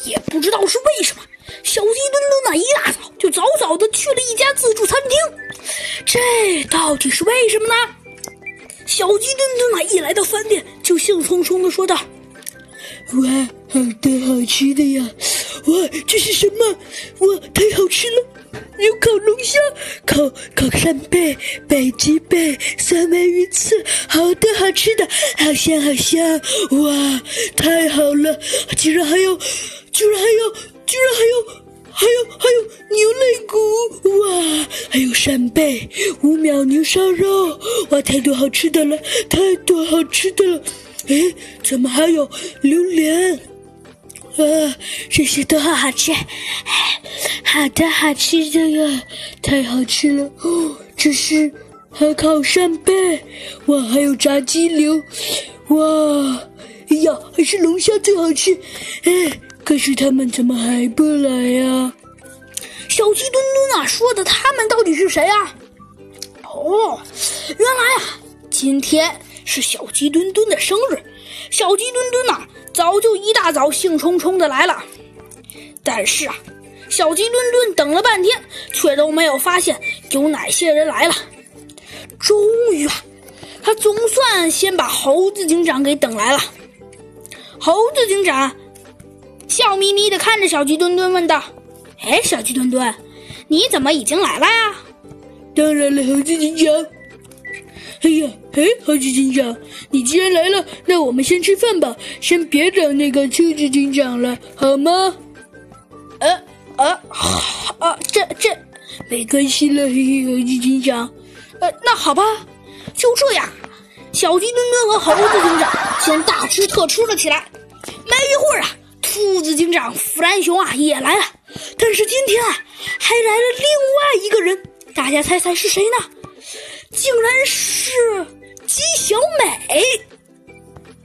也不知道是为什么，小鸡墩墩一大早就早早的去了一家自助餐厅。这到底是为什么呢？小鸡墩墩一来到饭店就兴冲冲地说道： 哇，好多好吃的呀！哇，这是什么？哇，太好吃了！有烤龙虾、烤扇贝、北极贝、三文鱼翅，好多好吃的，好香好香！哇，太好了！居然还有牛肋骨！哇，还有扇贝、5秒牛烧肉！哇，太多好吃的了，太多好吃的了！诶，怎么还有榴莲？这些都好好吃，好多好吃的呀，太好吃了！哦，这是还烤扇贝，哇，还有炸鸡柳，哇，哎呀，还是龙虾最好吃！可是他们怎么还不来呀？ 小鸡墩墩说的他们到底是谁啊？哦，原来今天是小鸡墩墩的生日，小鸡墩墩早就一大早兴冲冲的来了。但是小鸡墩墩等了半天，却都没有发现有哪些人来了。终于他总算先把猴子警长给等来了。猴子警长笑眯眯的看着小鸡墩墩问道：小鸡墩墩，你怎么已经来了呀？ 当然了，猴子警长。猴子警长，你既然来了，那我们先吃饭吧，先别找那个兔子警长了，好吗？ 这没关系了，猴子警长。 那好吧，就这样，小鸡墩墩和猴子警长先大吃特吃了起来。没一会儿兔子警长弗兰熊也来了，但是今天还来了另外一个人，大家猜猜是谁呢？竟然是鸡小美。